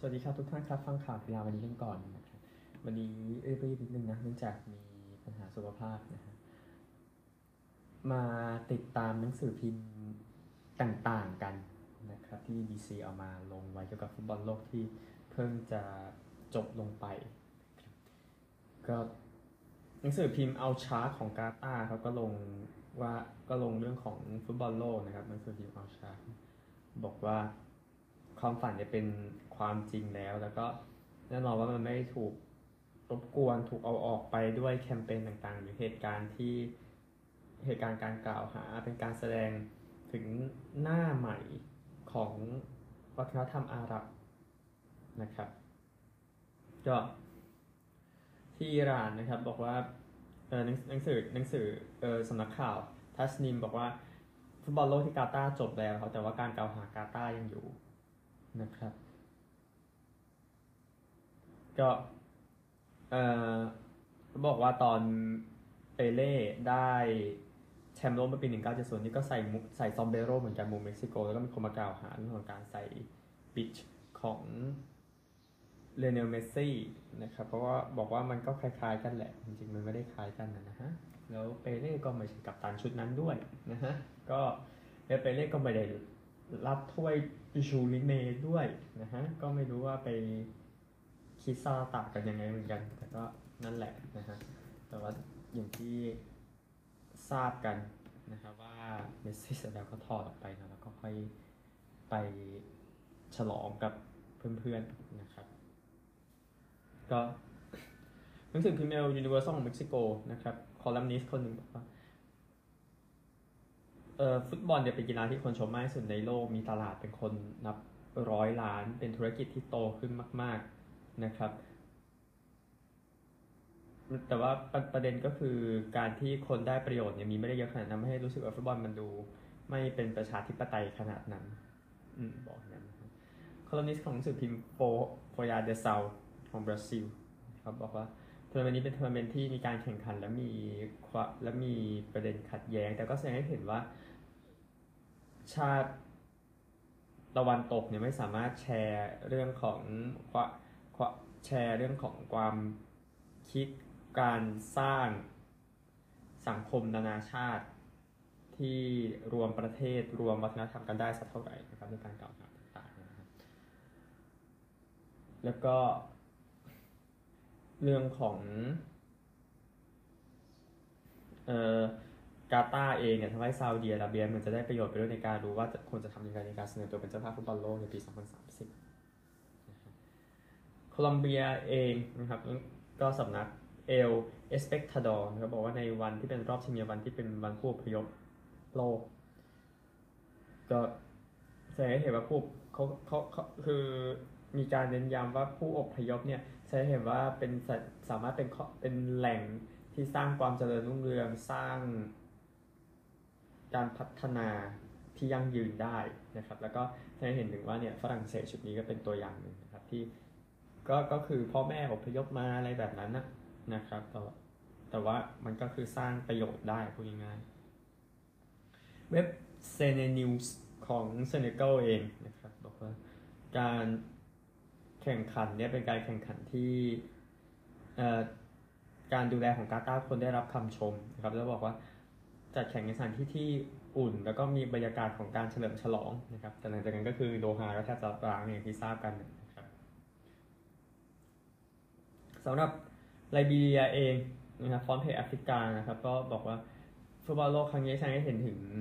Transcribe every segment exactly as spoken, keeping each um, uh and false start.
สวัสดีครับทุกท่านครับฟังข่าวกีฬาวันนี้กันก่อนนะครับวันนี้รีบๆนิดนึงนะเนื่องจากมีปัญหาสุขภาพนะฮะมาติดตามหนังสือพิมพ์ต่างๆกันนะครับที่ บี บี ซี เอามาลงไว้เกี่ยวกับฟุตบอลโลกที่เพิ่งจะจบลงไปก็หนังสือพิมพ์เอาชาร์ตของกาตาร์เขาก็ลงว่าก็ลงเรื่องของฟุตบอลโลกนะครับหนังสือพิมพ์เอาชาร์ตบอกว่าความฝันเนี่ยเป็นความจริงแล้วแล้วก็แน่นอนว่ามันไม่ถูกรบกวนถูกเอาออกไปด้วยแคมเปญต่างๆหรือเหตุการณ์ที่เหตุการณ์การกล่าวหาเป็นการแสดงถึงหน้าใหม่ของวัฒนธรรมอาหรับนะครับก็ที่อิหร่านนะครับบอกว่าเออหนังสือหนังสือเออสำนักข่าวทัสนิมบอกว่าฟุตบอลโลกที่กาตาร์จบแล้วครับแต่ว่าการกล่าวหากาตาร์ยังอยู่นะครับก็เอ่อบอกว่าตอนเปเล่ได้แชมป์โลกเมื่อปีหนึ่งพันเก้าร้อยเจ็ดสิบนี่ก็ใส่มุกใส่ซอมเบโรเหมือนกันมุมเม็กซิโกแล้วก็มีคนมากล่าวหาเรื่องของการใส่ปิชของเลโอเนลเมสซี่นะครับเพราะว่าบอกว่ามันก็คล้ายๆกันแหละจริงๆมันไม่ได้คล้ายกันนะฮะแล้วเปเล่ก็ไม่ใช่กัปตันชุดนั้นด้วยนะฮะก็เปเล่ก็ไม่ได้รับถ้วยชูริเมด้วยนะฮะก็ไม่รู้ว่าไปคิดซาตากันยังไงเหมือนกันแต่ก็นั่นแหละนะฮะแต่ว่าอย่างที่ทราบกันนะครับว่าเมสซี่เสร็จแล้วก็ถอดออกไปนะแล้วก็ค่อยไปฉลองกับเพื่อนๆนะครับก็หนังสือพิมพ์ยูนิเวอร์แซลของเม็กซิโกนะครับคอลัมนิสต์คนหนึ่งบอกว่าเอ่อฟุตบอลเนี่ยเป็นกีฬาที่คนชมมากที่สุดในโลกมีตลาดเป็นคนนับร้อยล้านเป็นธุรกิจที่โตขึ้นมากๆนะครับแต่ว่าประเด็นก็คือการที่คนได้ประโยชน์เนี่ยมีไม่ได้เยอะขนาดนั้นไม่ให้รู้สึกว่าฟุตบอลมันดูไม่เป็นประชาธิปไตยขนาดนั้นอืมบอกอย่างนั้นคอลัมนิสต์ของหนังสือพิมพ์โฟโฟยาเดซาลของบราซิลครับบอกว่าทัวร์นาเมนต์นี้เป็นทัวร์นาเมนต์ที่มีการแข่งขันและมีและมีประเด็นขัดแย้งแต่ก็แสดงให้เห็นว่าชาติตะวันตกเนี่ยไม่สามารถแชร์เรื่องของแชร์เรื่องของความคิดการสร้างสังคมนานาชาติที่รวมประเทศรวมวัฒนธรรมกันได้สักเท่าไหร่นะครับในการกล่าวหาต่างๆนะครับแล้วก็เรื่องของเอ่อกาตาร์เองเนี่ยทำให้ซาอุดิอาระเบียเหมือนจะได้ประโยชน์ไปด้วยในการรู้ว่าควรจะทำยังไงในการเสนอตัวเป็นเจ้าภาพฟุตบอลโลกในปี สองพันสามสิบ นะครับโคลอมเบียเองนะครับก็สำนักเอลเอสเปกทาดอร์นะครับบอกว่าในวันที่เป็นรอบชิงเงินวันที่เป็นวันผู้อพยพโลกก็แสดงให้เห็นว่าผู้เขาเขาเขาคือมีการเน้นย้ำว่าผู้อพยพเนี่ยแสดงให้เห็นว่าเป็นสามารถเป็นเป็นแหล่งที่สร้างความเจริญรุ่งเรืองสร้างการพัฒนาที่ยั่งยืนได้นะครับแล้วก็แสดงให้เห็นถึงว่าเนี่ยฝรั่งเศสชุดนี้ก็เป็นตัวอย่างหนึ่งนะครับที่ก็ก็คือพ่อแม่อพยพมาอะไรแบบนั้นนะนะครับแต่แต่ว่ามันก็คือสร้างประโยชน์ได้พูดง่ายๆเว็บเซเนนิวส์ของเซเนกัลเองนะครับบอกว่าการแข่งขันเนี่ยเป็นการแข่งขันที่การดูแลของกาตาร์คนได้รับคำชมนะครับแล้วบอกว่าจัดแข่งในสถานที่ที่อุ่นแล้วก็มีบรรยากาศของการเฉลิมฉลองนะครับแต่หลังจากนั้นก็คือโดฮาก็แทบจะร้างอย่างที่ทราบกันนะครับสำหรับไลบีเรียเองนะครับฟอนเพย์แอฟริกานะครับก็บอกว่าฟุตบอลโลกครั้งนี้แสดงให้เห็นถึง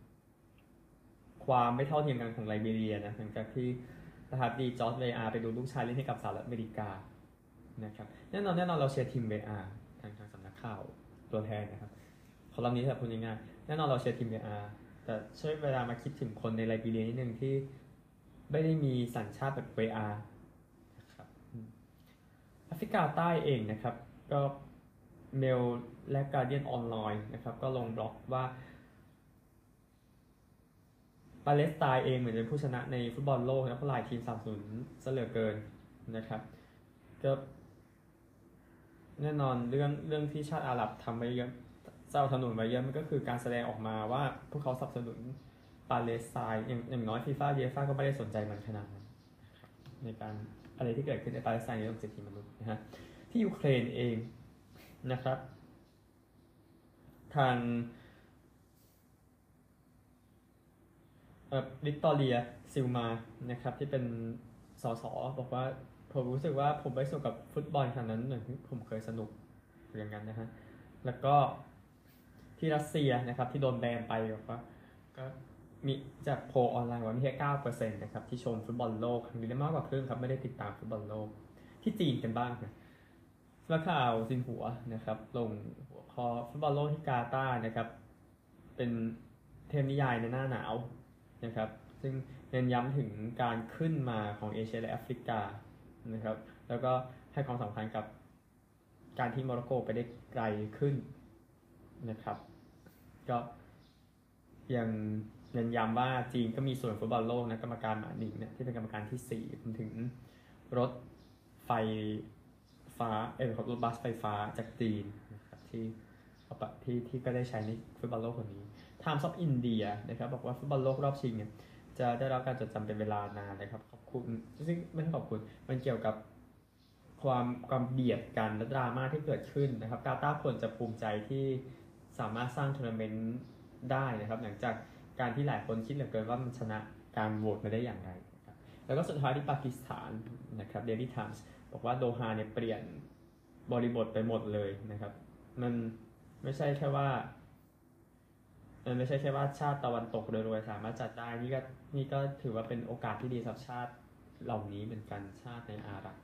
ความไม่เท่าเทียมกันของไลบีเรียนะหลังจากที่ประธานาธิบดีจอร์จเวอาร์ไปดูลูกชายเล่นให้กับสหรัฐอเมริกานะครับแน่นอนแน่นอนเราเชียร์ทีมเวอาร์ทางทางสำนักข่าวตัวแทนนะครับคอลัมน์นี้แบบพูดง่ายๆแน่นอนเราเชียร์ทีมเวอาร์แต่ช่วยเวลามาคิดถึงคนในไลบีเรียนิดนึงที่ไม่ได้มีสัญชาติแบบเวอาร์นะครับแอฟริกาใต้เองนะครับก็เมลและการ์เดียนออนไลน์นะครับก็ลงบล็อกว่าปาเลสไตน์เองเหมือนเป็นผู้ชนะในฟุตบอลโลกนะเพราะหลายทีมสนับสนุนซะเหลือเกินนะครับก็แน่นอนเรื่องเรื่องที่ชาติอาหรับทำไปเยอะสนับสนุนไว้เยอะมันก็คือการแสดงออกมาว่าพวกเขาสนับสนุนปาเลสไตน์อย่างอย่างน้อยฟีฟ่าเยฟ่าก็ไม่ได้สนใจมันขนาดนั้นในการอะไรที่เกิดขึ้นในปาเลสไตน์ในเรื่องสิทธิมนุษย์นะฮะที่ยูเครนเองนะครับทางวิกตอเรียซิลมานะครับที่เป็นสสบอกว่าผมรู้สึกว่าผมไปสนุกกับฟุตบอลครั้งนั้นเหมือนที่ผมเคยสนุกอย่างนั้นนะฮะแล้วก็ที่รัสเซียนะครับที่โดนแบนไปบอกว่าก็มีจากโพลออนไลน์ว่ามีแค่ เก้าเปอร์เซ็นต์ นะครับที่ชมฟุตบอลโลกครั้งนี้ได้มากกว่าครึ่งครับไม่ได้ติดตามฟุตบอลโลกที่จีนกันบ้างนะสำนักข่าวซินหัวนะครับลงหัวข้อฟุตบอลโลกที่กาตาร์นะครับเป็นเทพนิยายในหน้าหนาวนะครับซึ่งเน้นย้ำถึงการขึ้นมาของเอเชียและแอฟริกานะครับแล้วก็ให้ความสำคัญกับการที่โมร็อกโกไปได้ไกลขึ้นนะครับก็ยังเน้นย้ำว่าจีนก็มีส่วนฟุตบอลโลกนะกรรมการหมาหนิงเนี่ยที่เป็นกรรมการที่สี่รวมถึงรถไฟฟ้าเออรถบัสไฟฟ้าจากจีนนะครับที่ที่ที่ก็ได้ใช้ในฟุตบอลโลกคนนี้ Times of India นะครับบอกว่าฟุตบอลโลกรอบชิงเนี่ยจะได้รับการจดจำเป็นเวลานานนะครับขอบคุณซึ่งไม่ใช่ขอบคุณมันเกี่ยวกับความความเบียดกันและดราม่าที่เกิดขึ้นนะครับกาตาร์ควรจะภูมิใจที่สามารถสร้างทัวร์นาเมนต์ได้นะครับหลังจากการที่หลายคนคิดเหลือเกินว่ามันชนะการโหวตมาได้อย่างไรนะครับแล้วก็สุดท้ายที่ปากีสถานนะครับ Daily Times บอกว่าโดฮาเนี่ยเปลี่ยนบริบทไปหมดเลยนะครับมันไม่ใช่แค่ว่ามันไม่ใช่แค่ว่าชาติตะวันตกโดยรวมสามารถจัดได้นี่ก็นี่ก็ถือว่าเป็นโอกาสที่ดีสำหรับชาติเหล่านี้เหมือนกันชาติในอาหรับ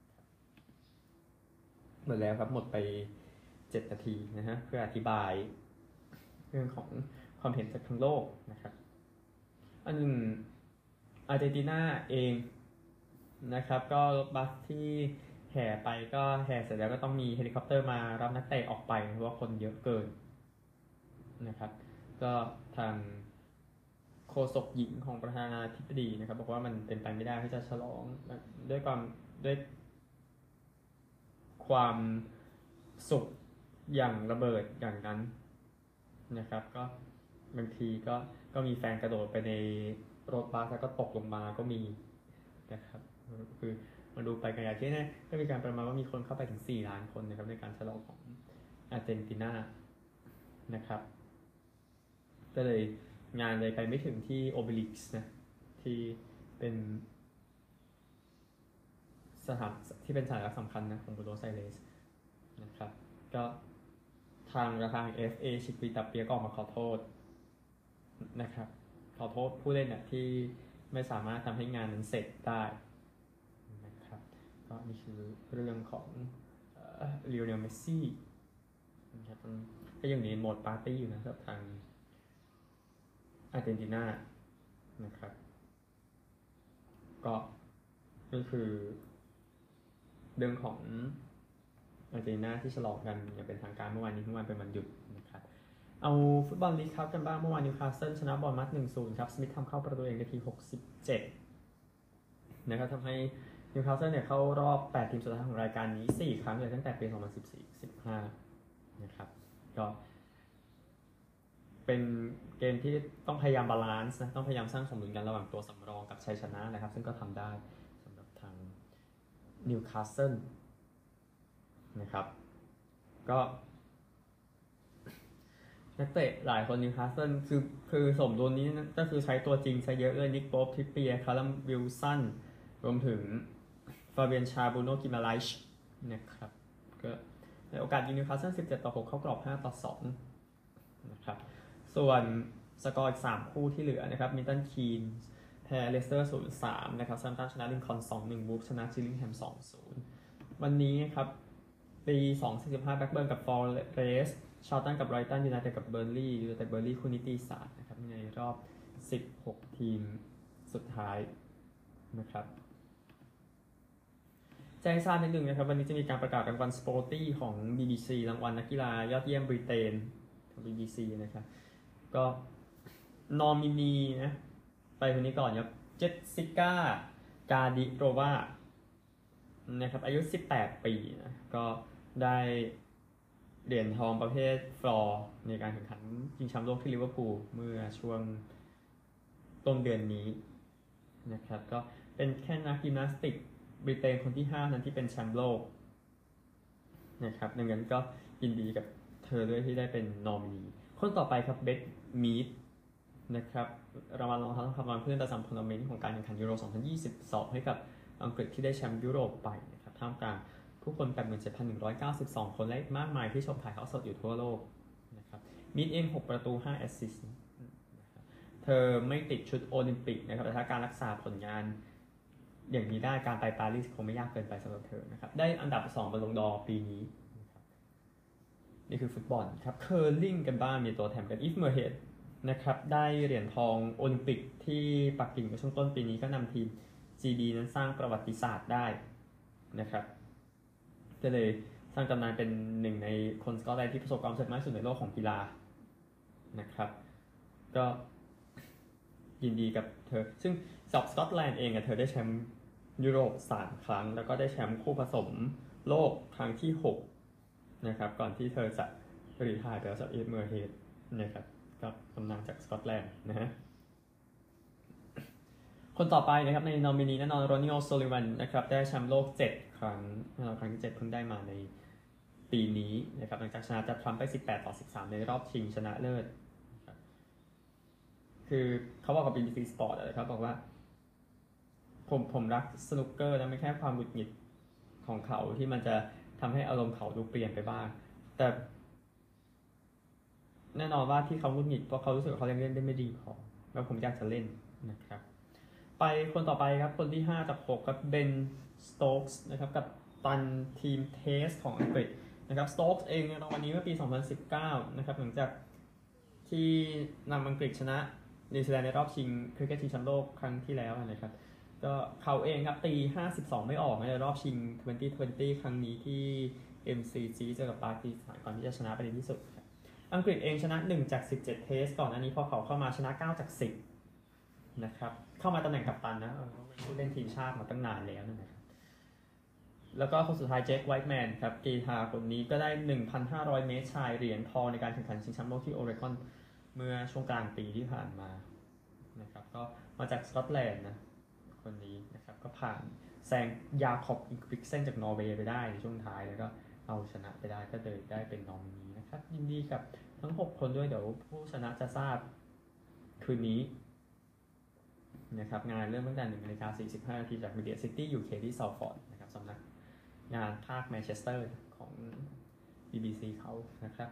หมดแล้วครับหมดไปเจ็ดนาทีนะฮะเพื่ออธิบายเรื่องของความเห็นจากทั้งโลกนะครับอันหนึ่งอาร์เจนตินาเองนะครับก็รถบัสที่แห่ไปก็แห่เสร็จแล้วก็ต้องมีเฮลิคอปเตอร์มารับนักเตะออกไปเพราะว่าคนเยอะเกินนะครับก็ทางโฆษกหญิงของประธานาธิบดีนะครับบอกว่ามันเป็นไปไม่ได้ที่จะฉลองด้วยความด้วยความสุขอย่างระเบิดอย่างนั้นนะครับก็บางทีก็ก็มีแฟนกระโดดไปในรถบัสแล้วก็ตกลงมาก็มีนะครับคือมาดูไปกันอย่างที่นี่ก็มีการประมาณว่ามีคนเข้าไปถึงสี่ล้านคนนะครับในการฉลองของอาร์เจนตินานะครับก็เลยงานเลยไปไม่ถึงที่โอเบลิกส์นะที่เป็นสถานที่เป็นสถานสำคัญนะของบูโนสไอเรสนะครับก็ทางประธาน เอฟ เอ ชิควิตาเปียก็ออกมาขอโทษนะครับขอโทษผู้เล่นเนี่ยที่ไม่สามารถทำให้งานนั้นเสร็จได้นะครับก็นี่คือเรื่องของลิโอเนล เมสซี่นะครับก็ยังมีโหมดปาร์ตี้อยู่นะครับทางอาร์เจนตินานะครับก็นี่คือเรื่องของอาร์เจนตินาที่ฉลองกันอย่างเป็นทางการเมื่อวานนี้เมื่อวานเป็นวันหยุดนะครับเอาฟุตบอลลีกครับกันบ้างเมื่อวานนิวคาสเซิลชนะบอร์นมัธ หนึ่งศูนย์ ครับสมิธทำเข้าประตูเองนาทีหกสิบเจ็ดนะครับทำให้นิวคาสเซิลเนี่ยเข้ารอบแปดทีมสุดท้ายของรายการนี้สี่ครั้งเลยตั้งแต่ปีสองพันสิบสี่ สิบห้านะครับก็เป็นเกมที่ต้องพยายามบาลานซ์นะต้องพยายามสร้างสมดุลกันระหว่างตัวสำรองกับชัยชนะนะครับซึ่งก็ทำได้สำหรับทางนิวคาสเซิลนะครับก็นักเตะหลายคนนิวคาสเซิลคือคือสมดุลนี้ก็คือใช้ตัวจริงใช้เยอะเลยนิกโป๊ปทริปเปียร์คาร์ลัมวิลสันรวมถึงฟาเบียนชาบูโนกิมาไลช์นะครับก็ในโอกาสยิงนิวคาสเซิลสิบเจ็ดต่อหกเข้ากรอบห้าต่อสองนะครับส่วนสกอร์อีกสามคู่ที่เหลือนะครับมิลตันคีนแพ้เลสเตอร์ ศูนย์สาม นะครับซัมตันชนะลิงคอล์น สองหนึ่ง วูฟชนะจิลลิงแฮม สองศูนย์ วันนี้ครับปีสองพันสี่สิบห้าแบ็คเบิร์นกับฟอร์เรสต์ชาร์ตันกับไรตันยูไนเต็ดกับเบอร์ลี่ยูไนเต็ดเบอร์ลี่คู่นิติศาสตร์นะครับในรอบสิบหกทีมสุดท้ายนะครับแจ้งทราบนิดนึงนะครับวันนี้จะมีการประกาศรางวัลสปอร์ตี้ของ บี บี ซี รางวัลนักกีฬายอดเยี่ยมบริเตนของ บี บี ซี นะครับก็นอมินีนะไปคนนี้ก่อนครับเจสสิก้ากาดิโรวานะครับอายุสิบแปดปีนะก็ได้เหรียญทองประเภทฟลอร์ในการแข่งขันชิงแชมป์โลกที่ลิเวอร์พูลเมื่อช่วงต้นเดือนนี้นะครับก็เป็นแค่นักยิมนาสติกบริเตนคนที่ห้านั้นที่เป็นแชมป์โลกนะครับดังนั้นก็ยินดีกับเธอด้วยที่ได้เป็นนอมินีคนต่อไปครับเบธมีดนะครับรางวัลรองเท้าทองคำรางวัลเพื่อนประจำทัวร์นาเมนต์ของการแข่งขันยูโร สองพันยี่สิบสอง ให้กับอังกฤษที่ได้แชมป์ยุโรปไปนะครับท่ามกลางผู้คน แปดหมื่นเจ็ดพันหนึ่งร้อยเก้าสิบสอง คนและมากมายที่ชมถ่ายทอดสดอยู่ทั่วโลกนะครับมีดเองหกประตูห้าแอสซิสต์นะครับเธอไม่ติดชุดโอลิมปิกนะครับแต่ถ้าการรักษาผลงานอย่างนี้ได้การไปปารีสคงไม่ยากเกินไปสำหรับเธอนะครับได้อันดับสองบอลลงดอร์ปีนี้นะครับนี่คือฟุตบอลครับเคอร์ลิงกันบ้างมีตัวแทนกันอีฟเมอร์เฮดนะครับได้เหรียญทองโอลิมปิกที่ปักกิ่งในช่วงต้นปีนี้ก็นำทีม จี บี นั้นสร้างประวัติศาสตร์ได้นะครับก็เลยสร้างตำนานเป็นหนึ่งในคนสกอตแลนด์ที่ประสบความสำเร็จมากที่สุดในโลกของกีฬานะครับก็ยินดีกับเธอซึ่งสอบสกอตแลนด์เองอะเธอได้แชมป์ยุโรปสามครั้งแล้วก็ได้แชมป์คู่ผสมโลกครั้งที่หกนะครับก่อนที่เธอจะรีไทร์ไปแล้วจากอีฟเมอร์เฮดนะครับกับตำนานจากสกอตแลนด์นะฮะคนต่อไปนะครับในนอมินีแน่นอนโรนิโอ โซลิวันนะครับได้แชมป์โลกเจ็ดครั้งครั้งที่เจ็ดเพิ่งได้มาในปีนี้นะครับหลังจากชนะจากทรัมป์ไปสิบแปดต่อสิบสามในรอบชิงชนะเลิศคือเขาบอกกับ บี บี ซี Sport นะครับบอกว่าผมผมรักสนุกเกอร์นะไม่แค่ความหงุดหงิดของเขาที่มันจะทำให้อารมณ์เขาดูเปลี่ยนไปบ้างแต่แน่นอนว่าที่เขาหงุดหงิดเพราะเขารู้สึกว่าเขาเล่นได้ไม่ดีพอแล้วผมอยากจะเล่นนะครับไปคนต่อไปครับคนที่ห้าจากหกครับเบนสโต๊กส์นะครับกับตันทีมเทสของอังกฤษนะครับสโต๊กส์เองในรางวัลนี้เมื่อปีสองพันสิบเก้านะครับหลังจากที่นำอังกฤษชนะนิวซีแลนด์ในรอบชิงคริกเก็ตชิงแชมป์โลกครั้งที่แล้วนะครับก็เขาเองครับตีห้าสิบสองไม่ออกในรอบชิงยี่สิบยี่สิบครั้งนี้ที่ เอ็ม ซี จี เจอกับปากีสถานก่อนที่จะชนะไปในที่สุดอังกฤษเองชนะหนึ่งจากสิบเจ็ดเทสก่อนอันนี้พอเขาเข้ามาชนะเก้าจากสิบนะครับเข้ามาตำแหน่งกัปตันนะผู้เล่นทีมชาติมาตั้งนานแล้วนะครับแล้วก็คนสุดท้ายเจคไวท์แมนครับกีฬาคนนี้ก็ได้ หนึ่งพันห้าร้อย เมตรชายเหรียญทองในการแข่งขันชิงแชมป์โลกที่โอเรกอนเมื่อช่วงกลางปีที่ผ่านมานะครับก็มาจากสกอตแลนด์นะคนนี้นะครับก็ผ่านแซงยาคอบอิงกริกเซนจากนอร์เวย์ไปได้ในช่วงท้ายแล้วก็เอาชนะไปได้ก็เลยได้เป็นนอมินีนะครับยินดีกับทั้งหกคนด้วยเดี๋ยวผู้ชนะจะทราบคืนนี้นะครับงานเริ่มตั้งแต่หนึ่งนาฬิกาสี่สิบห้านาทีจาก Media City ยู เค ที่ซาวฟอร์ดนะครับสำนักงานภาคแมนเชสเตอร์ของ บี บี ซี เขานะครับ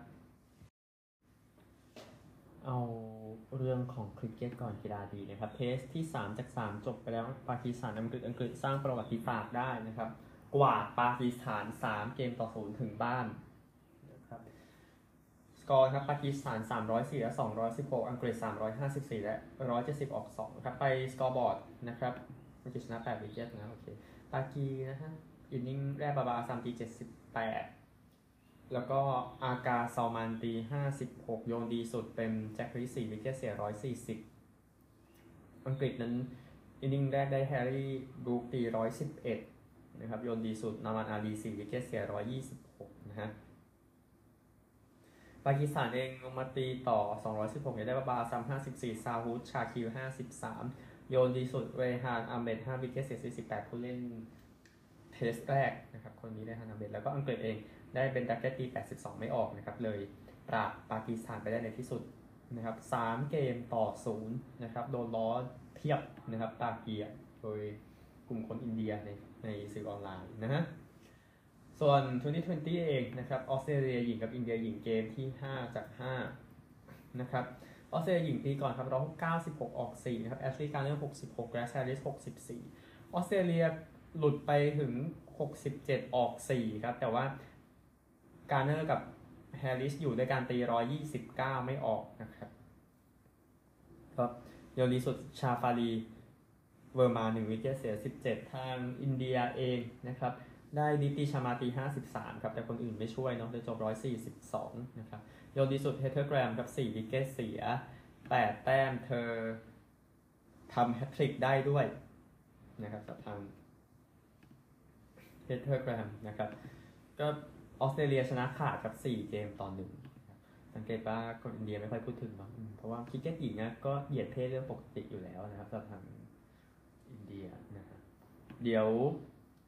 เอาเรื่องของคริกเก็ตก่อนกีฬาดีนะครับเทสที่สามจากสามจบไปแล้วปากีสถานอังกฤษอังกฤษสร้างประวัติศาสตร์ได้นะครับกวาดปากีสถานสามเกมต่อศูนย์ถึงบ้านนะครับสกอร์ครับปากีสถานสามร้อยสี่และสองร้อยสิบหกอังกฤษสามร้อยห้าสิบสี่และหนึ่งร้อยเจ็ดสิบออกสองครับไปสกอร์บอร์ดนะครับอังกฤษชนะแปดวิกเก็ตนะโอเคปากีนะฮะอินนิ่งแรกบาบาซัมตีเจ็ดสิบแปดแล้วก็อากาซอมันตีห้าสิบหกโยนดีสุดเป็นแจ็ครีสี่วิกเก็ตเสียหนึ่งร้อยสี่สิบอังกฤษนั้นอินนิ่งแรกได้แฮร์รี่บรูคตีหนึ่งร้อยสิบเอ็ดนะครับโยนดีสุดนามันอาลีสี่วิกเก็ตเสียหนึ่งร้อยยี่สิบหกนะฮะปากีสถานเองลงมาตีต่อสองร้อยสิบหกเนี่ยได้บาบาซัมห้าสิบสี่ซาฮูดชาคิวห้าสิบสามโยนดีสุดเรฮานอัมเบดห้าวิกเก็ตเสียสี่สิบแปดผู้เล่นเทสแรกนะครับคนนี้ได้ฮานอัมเบดแล้วก็อังกฤษเองได้เป็นดักเก็ตตีแปดสิบสองไม่ออกนะครับเลยปราบปากีสถานไปได้ในที่สุดนะครับสามเกมต่อศูนย์นะครับโดนล้อเทียบนะครับปากีโดยกลุ่มคนอินเดียในในสื่อออนไลน์นะฮะส่วนยี่สิบยี่สิบเองนะครับออสเตรเลียหญิงกับอินเดียหญิงเกมที่ห้าจากห้านะครับออสเตรเลียหญิงตีก่อนครับหนึ่งร้อยเก้าสิบหกออกสี่นะครับแอชลีย์การ์เนอร์หกสิบหกแกรซแฮร์ริสหกสิบสี่ออสเตรเลียหลุดไปถึงหกสิบเจ็ดออกสี่ครับแต่ว่าการ์เนอร์กับแฮร์ริสอยู่ด้วยการตีหนึ่งร้อยยี่สิบเก้าไม่ออกนะครับครับโยนดีสุดชาฟารีเวอร์มาหนึ่งวิกเก็ตเสียสิบเจ็ดทางอินเดียเองนะครับได้ดิติชามาตีห้าสิบสามครับแต่คนอื่นไม่ช่วยเนาะได้จบหนึ่งร้อยสี่สิบสองนะครับโยนดีสุดเฮเธอร์แกรมกับสี่วิกเก็ตเสียแปดแต้มเธอทำแฮตทริกได้ด้วยนะครับกับทางเฮเธอร์แกรมนะครับก็ออสเตรเลียชนะขาดกับสี่เกมต่อหนึ่งสังเกตว่าคนอินเดียไม่ค่อยพูดถึงเนาะเพราะว่าคริกเก็ตหญิงนะก็เหยียดเพศเรื่องปกติอยู่แล้วนะครับสำหรับทางอินเดียนะครับเดี๋ยว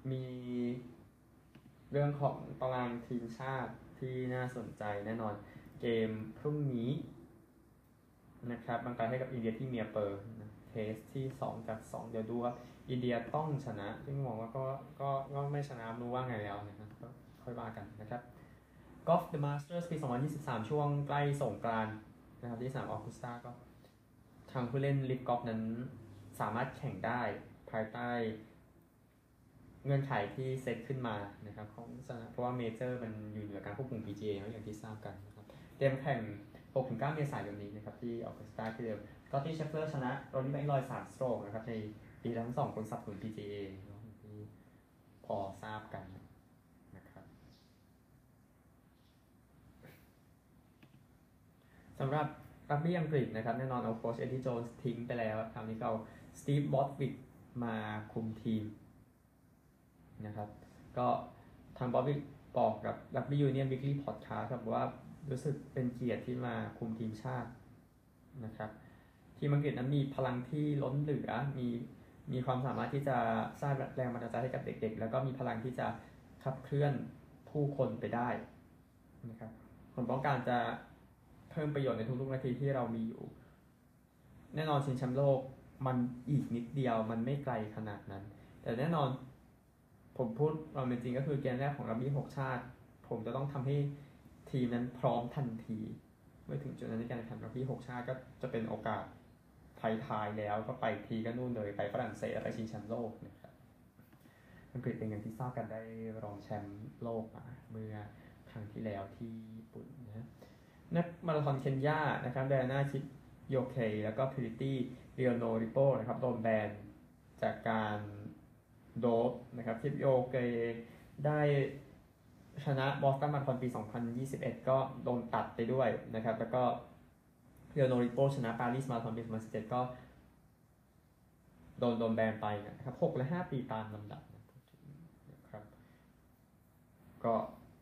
มีเรื่องของตารางทีมชาติที่น่าสนใจแน่นอนเกมพรุ่งนี้นะครับบังการให้กับอินเดียที่เมียเปอร์นะเทสที่สองจากสองเดี๋ยวดูว่าอินเดียต้องชนะซึ่งมองว่าก็ก็ก็ไม่ชนะรู้ว่าไงแล้วนะครับก็ค่อยว่ากันนะครับกอล์ฟ The Masters ปีสองพันยี่สิบสามช่วงใกล้สงกรานต์นะครับที่สนามออกุสตาก็ทางผู้เล่นลิฟกอล์ฟนั้นสามารถแข่งได้ภายใต้เงื่อนไขที่เซตขึ้นมานะครับของสนามเพราะว่าเมเจอร์มันอยู่เหนือการควบคุม พี จี เอ อย่างที่ทราบกันนะครับเตรียมแข่ง หกถึงเก้า เมษายนนี้นะครับที่ออกุสตาที่เดิมสกอตตี้เชฟเฟอร์ชนะโรนี่แบงค์ลอยสามสโตรกนะครับในปีทั้งสองคนสับสน พี จี เอ ที่พอทราบกันนะครับสำหรับรักบี้อังกฤษนะครับแน่นอนเอาโค้ชเอ็ดดี้โจนส์ทิ้งไปแล้วคราวนี้ก็เอาสตีฟบอตวิกมาคุมทีมนะครับก็ทางบอตวิกบอกกับรักบี้ยูเนียนวิกลี่พอดคาสต์ครับว่ารู้สึกเป็นเกียรติที่มาคุมทีมชาตินะครับทีมอังกฤษนั้นมีพลังที่ล้นเหลือมีมีความสามารถที่จะสร้างแรงบันดาลใจให้กับเด็กๆแล้วก็มีพลังที่จะขับเคลื่อนผู้คนไปได้นะครับผมต้องการจะเพิ่มประโยชน์ในทุกๆนาทีที่เรามีอยู่แน่นอนชิงแชมป์โลกมันอีกนิดเดียวมันไม่ไกลขนาดนั้นแต่แน่นอนผมพูดความเป็นจริงก็คือเกมแรกของรักบี้หกชาติผมจะต้องทำให้ทีมนั้นพร้อมทันทีเมื่อถึงจุดนั้นในการแข่งขันรักบี้หกชาติก็จะเป็นโอกาสท้ายๆแล้วก็ไปทีก็นู่นเลยไปฝรั่งเศสไปชิงแชมป์โลกนะครับอังกฤษเองอย่างที่ทราบกันได้รองแชมป์โลกมาเมื่อครั้งที่แล้วที่ญี่ปุ่นนะนักมาราธอนเคนยานะครับไดอาน่าชิโยเคแล้วก็พิริตี้เรียโนริโปนะครับโดนแบนจากการโดปนะครับที่โยเคได้ชนะบอสตันมาราธอนปีสองพันยี่สิบเอ็ดก็โดนตัดไปด้วยนะครับแล้วก็เรียโนริโปชนะปารีสมาราธอนปีสองพันสิบเจ็ดก็โดนโดนแบนไปนะครับหกและห้าปีตามลำดับนะครับก็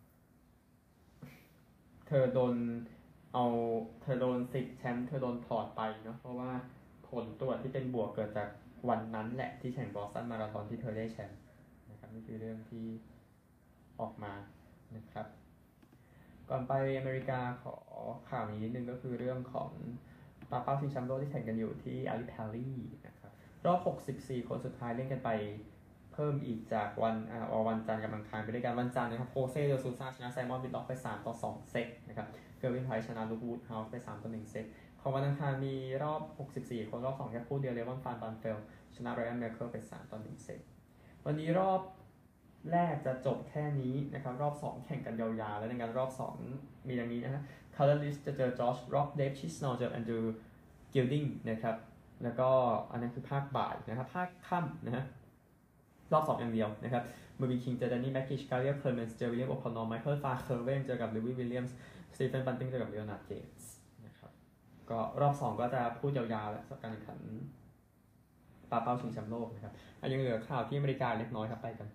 เธอโดนเอาเธอโดนสิทธิ์แชมป์เธอโดนถอดไปเนาะเพราะว่าผลตรวจที่เป็นบวกเกิดจากวันนั้นแหละที่แข่งบอสตันมาราธอนที่เธอได้แชมป์นะครับนี่คือเรื่องที่ออกมานะครับก่อนไปอเมริกาขอข่าวนี้นิดนึงก็คือเรื่องของปาเป้าชิงแชมป์โลกที่แข่งกันอยู่ที่อาริพาลีนะครับรอบหกสิบสี่คนสุดท้ายเล่นกันไปเพิ่มอีกจากวันอ่าวันจันทร์กับอังคารไปด้วยกันวันจันทร์นะครับโคเซ่เดลซูซ่าชนะไซมอนวิลล็อกไปสามต่อสองเซตนะครับเกอร์วินไพร์ชนะลูกวูดเฮาส์ไปสามต่อหนึ่งเซตของวันอังคารมีรอบหกสิบสี่คนรอบสองแค่คู่เดียวเลวอนฟานบันเฟลชนะไรอันเมอร์เคิลไปสามต่อหนึ่งเซตวันนี้รอบแรกจะจบแค่นี้นะครับรอบสองแข่งกันยาวๆแล้วในการรอบสองมีอย่างนี้นะฮะคาร์ลลิสจะเจอจอชร็อกเดฟชิสโนเจอแอนดรูว์กิลดิงนะครับแล้วก็อันนั้นคือภาคบ่ายนะครับภาคค่ำนะฮะรอบสองอย่างเดียวนะครับมูบิคิงเจอแดนนี่แม็กกิชการ์เรียลเคลเมนส์เจอวิลเลียมโอคอนนอร์ไมเคิลฟาเคอร์เวนเจอกับลิวี่วิลเลียมส์สตีเฟนบันติงเจอกับเลโอนาร์ดเจมส์นะครับก็รอบสองก็จะพูดยาวๆแล้วสำหรับการแข่งขันปาเป้าชิงแชมป์โลกนะครับยังเหลือข่าวที่อเมริกาเล็กน้อยครับไปกัน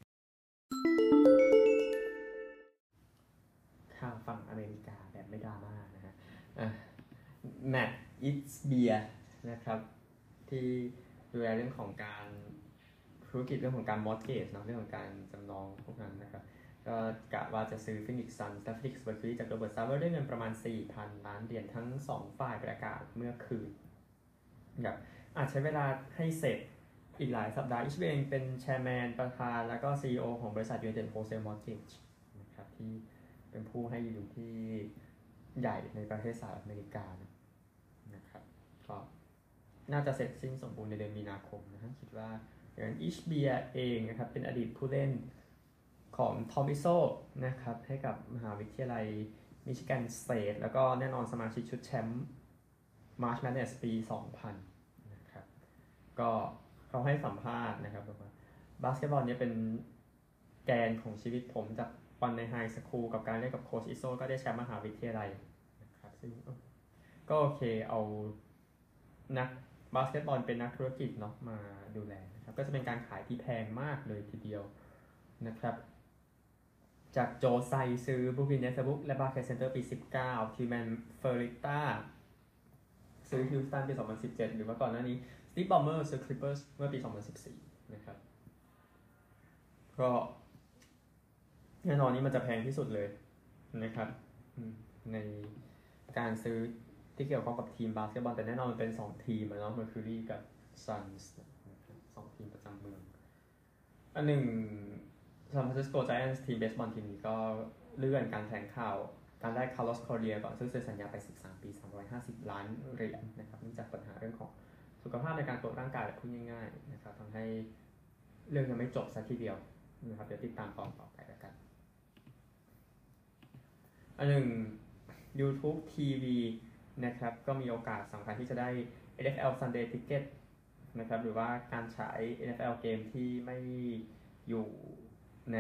ข้างฝั่งอเมริกาแบบไม่ดราม่านะฮะแมทอิทส์เบียร์นะครับที่ดูแลเรื่องของการธุรกิจเรื่องของการมอร์เกจเนาะเรื่องของการจำนองพวกนั้นนะครับก็กะว่าจะซื้อฟินิกซ์ซันและฟินิกซ์เบอร์คลีย์จากโรเบิร์ตซาเวอร์ด้วยเงินประมาณ สี่พัน ล้านเหรียญทั้งสองฝ่ายประกาศเมื่อคืนครับอาจใช้เวลาให้เสร็จอีกหลายสัปดาห์อิชเบงเป็นแชร์แมนประธานแล้วก็ ซี อี โอ ของบริษัท United Wholesale Mortgage นะครับที่เป็นผู้ให้ยืมที่ใหญ่ในประเทศสหรัฐอเมริกานะครับก็น่าจะเสร็จสิ้นสมบูรณ์ในเดือนมีนาคมนะฮะคิดว่าอย่างอิชเบียเองนะครับเป็นอดีตผู้เล่นของทอมอิโซนะครับให้กับมหาวิทยาลัยมิชิแกนสเตทแล้วก็แน่นอนสมาชิกชุดแชมป์มาร์ชแมดเนสปีสองพันนะครับก็เขาให้สัมภาษณ์นะครับบอกว่าบาสเกตบอลเนี่ยเป็นแกนของชีวิตผมจากวันในไฮสคูลกับการเล่นกับโค้ชอิโซก็ได้แชมป์มหาวิทยาลัยนะครับซึ่งก็โอเคเอานักบาสเกตบอลเป็นนักธุรกิจเนาะมาดูแลนะครับก็จะเป็นการขายที่แพงมากเลยทีเดียวนะครับจากโจไซซื้อบุกินเนสบุ๊กและบาร์เคสเซนเตอร์ปีสิบเก้าทิวแมนเฟอริต้าซื้อฮิวสตันปีสองพันสิบเจ็ดหรือว่าก่อนหน้านี้สตีฟบอมเมอร์ซื้อคลิปเปอร์สเมื่อปีสองพันสิบสี่นะครับก็แน่นอนนี้มันจะแพงที่สุดเลยนะครับในการซื้อที่เกี่ยวข้องกับทีมบาสเกตบอลแต่แน่นอนมันเป็นสองทีมเนาะ Mercury กับ Suns สองทีมประจำเมืองอันหนึ่ง San Francisco Giants ทีมเบสบอลทีมนี้ก็เลื่อนการแถลงข่าวการได้ Carlos Correa ก่อนซึ่งเซ็นสัญญาไปสิบสามปีสามร้อยห้าสิบล้านเหรียญนะครับเนื่องจากปัญหาเรื่องของสุขภาพในการตรวจร่างกายพูดง่ายๆนะครับทำให้เรื่องยังไม่จบสักทีเดียวนะครับเดี๋ยวติดตามตอนต่อไปแล้วกันอันหนึ่ง YouTube ที วี นะครับก็มีโอกาสสำคัญที่จะได้ เอ็น เอฟ แอล Sunday Ticket นะครับหรือว่าการฉาย เอ็น เอฟ แอล เกมที่ไม่อยู่ใน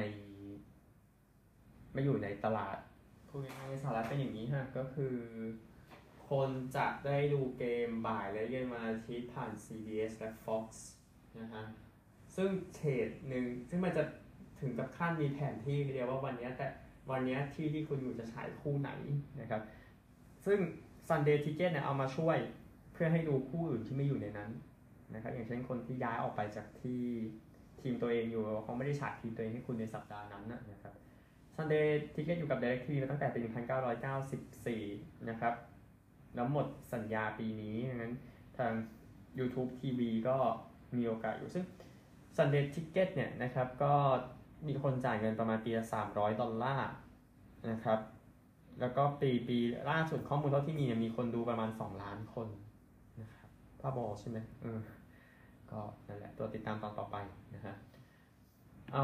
ไม่อยู่ในตลาดพูดง่ายๆสาระเป็นอย่างนี้ฮะก็คือคนจะได้ดูเกมบ่ายและเย็นวันอาทิตย์ผ่าน ซี บี เอส และ Fox นะฮะซึ่งเฉดหนึ่งซึ่งมันจะถึงกับขั้นมีแผนที่เดียวว่าวันนี้แต่วันนี้ที่ที่คุณอยู่จะฉายคู่ไหนนะครับซึ่ง Sunday Ticket เนี่ยเอามาช่วยเพื่อให้ดูคู่อื่นที่ไม่อยู่ในนั้นนะครับอย่างเช่นคนที่ย้ายออกไปจากที่ทีมตัวเองอยู่เขาไม่ได้ฉายทีมตัวเองให้คุณในสัปดาห์นั้นนะครับ Sunday Ticket อยู่กับ DirecTV มาตั้งแต่ปี หนึ่งพันเก้าร้อยเก้าสิบสี่ นะครับแล้วหมดสัญญาปีนี้ดังนั้นทาง YouTube ที วี ก็มีโอกาสอยู่ซึ่ง Sunday Ticket เนี่ยนะครับก็มีคนจ่ายเงินประมาณปีละสามร้อยดอลลาร์นะครับแล้วก็ปีปีล่าสุดข้อมูลเท่าที่มีเนี่ยมีคนดูประมาณสองล้านคนนะครับภาพบอลใช่ไหมเออก็นั่นแหละตัวติดตามตอนต่อไปนะฮะเอา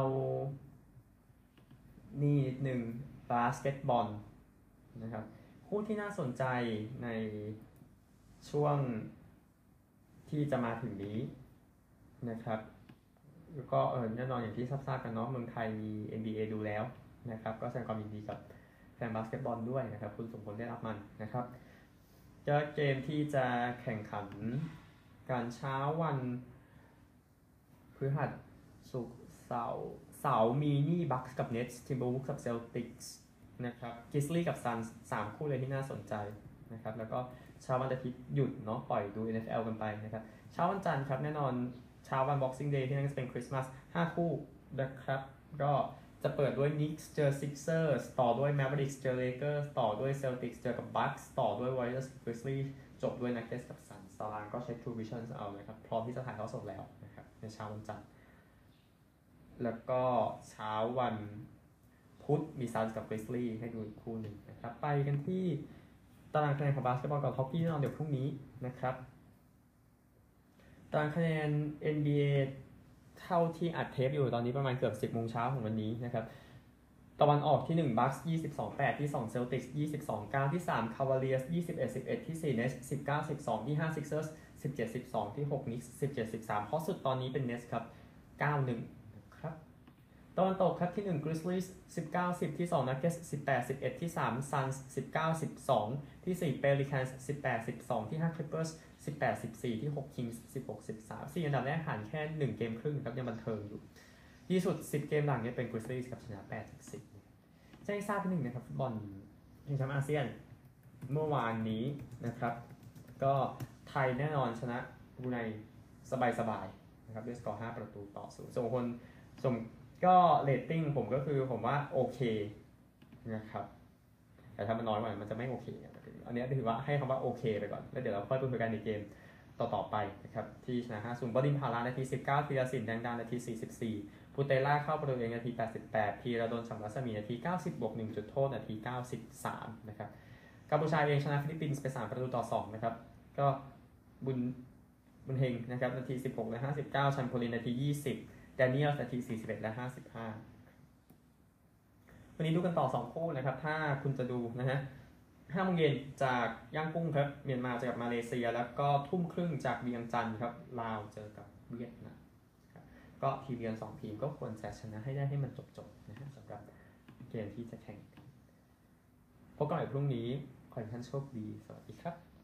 นี่นิดนึงบาสเกตบอลนะครับคู่ที่น่าสนใจในช่วงที่จะมาถึงนี้นะครับแล้วก็เออแน่นอนอย่างที่ทราบกันเนาะเมืองไทยมี เอ็น บี เอ ดูแล้วนะครับก็แสดงความยินดีกับแฟนบาสเกตบอลด้วยนะครับคุณสมควรได้รับมันนะครับจะเกมที่จะแข่งขันการเช้าวันพฤหัสศุกร์เสาร์เสาร์มีนี่บัคส์กับเน็ตส์ทิมเบอร์วูฟส์กับเซลติกส์นะครับกิสลี่กับซันส์สามคู่เลยที่น่าสนใจนะครับแล้วก็เช้าวันอาทิตย์หยุดเนาะปล่อยดู เอ็น เอฟ แอล กันไปนะครับเช้าวันจันทร์ครับแน่นอนเช้าวัน Boxing Day ที่นั่นจะเป็นคริสต์มาสห้าคู่นะครับก็จะเปิดด้วย Knicks เจอ Sixers ต่อด้วย Mavericks เจอ Lakers ต่อด้วย Celtics เจอกับ Bucks ต่อด้วย Warriors Grizzlies จบด้วย Nuggets กับ Suns ตารางก็ใช้ True Vision เอาเลยครับพร้อมที่จะถ่ายทอดสดแล้วนะครับในเช้าวันจันทร์แล้วก็เช้าวันพุธมี Suns กับ Grizzlies ให้ดูอีกคู่หนึ่งนะครับไปกันที่ตารางคะแนนของบาสเกตบอลกับฮอกกี้แน่นอนเดี๋ยวพรุ่งนี้นะครับตารางคะแนน เอ็น บี เอ เท่าที่อัดเทปอยู่ตอนนี้ประมาณเกือบ สิบโมงเช้าของวันนี้นะครับตะวันออกที่หนึ่ง Bucks ยี่สิบสอง แปดที่สอง Celtics ยี่สิบสอง เก้าที่สาม Cavaliers ยี่สิบเอ็ด สิบเอ็ดที่สี่ Nets สิบเก้า สิบสองที่ห้า Sixers สิบเจ็ด สิบสองที่หก Knicks สิบเจ็ด สิบสามเพราะสุดตอนนี้เป็น Nets ครับเก้า หนึ่งนะครับตะวันตกครับที่หนึ่ง Grizzlies สิบเก้า สิบที่สอง Nuggets สิบแปด สิบเอ็ดที่สาม Suns สิบเก้า สิบสองที่สี่ Pelicans สิบแปด สิบสองที่ห้า Clippersสิบแปด สิบสี่ที่หก Kings สิบหก สิบสาม สี่อันดับแรกห่างแค่หนึ่งเกมครึ่งครับยังบันเทิงอยู่ที่สุดสิบเกมหลังเนี่ยเป็น Grizzlies กับชนะแปดจากสิบแจ้งทราบนิดนึงนะครับฟุตบอลชิงแชมป์อาเซียนเมื่อวานนี้นะครับก็ไทยแน่นอนชนะบรูไนสบายๆนะครับด้วยสกอร์ห้าประตูต่อศูนย์ส่งคนส่งก็เรตติ้งผมก็คือผมว่าโอเคนะครับแต่ถ้ามันน้อยกว่ามันจะไม่โอเคอันนี้ถือว่าให้คำว่าโอเคไปก่อนแล้วเดี๋ยวเราค่อยพูดคุยกันในเกมต่อๆไปนะครับที่ชนะห้าศูนย์บดินพารานาทีสิบเก้าธีรศิลป์แดงดานาทีสี่สิบสี่พุเตล่าเข้าประตูเองนาทีแปดสิบแปดพีระดลสัมรัศมีนาทีเก้าสิบบวกหนึ่งจุดโทษนาทีเก้าสิบสามนะครับกัมพูชาเองชนะฟิลิปปินส์ไปสามประตูต่อสองนะครับก็บุญบุญเฮงนะครับนาทีสิบหกและห้าสิบเก้าชันโพลินนาทียี่สิบแดเนียลนาทีสี่สิบเอ็ดและห้าสิบห้าวันนี้ดูกันต่อสองคู่นะครับถ้าคุณจะดูนะฮะห้าโมงเย็นจากย่างกุ้งครับเมียนมาเจอกับมาเลเซียแล้วก็ทุ่มครึ่งจากเวียงจันทร์ครับลาวเจอกับเวียดนามก็ทีมเยือนสองทีมก็ควรจะชนะให้ได้ให้มันจบๆนะฮะสำหรับเกมที่จะแข่งพบกันใหม่พรุ่งนี้ขอให้ท่านโชคดีสวัสดีครับ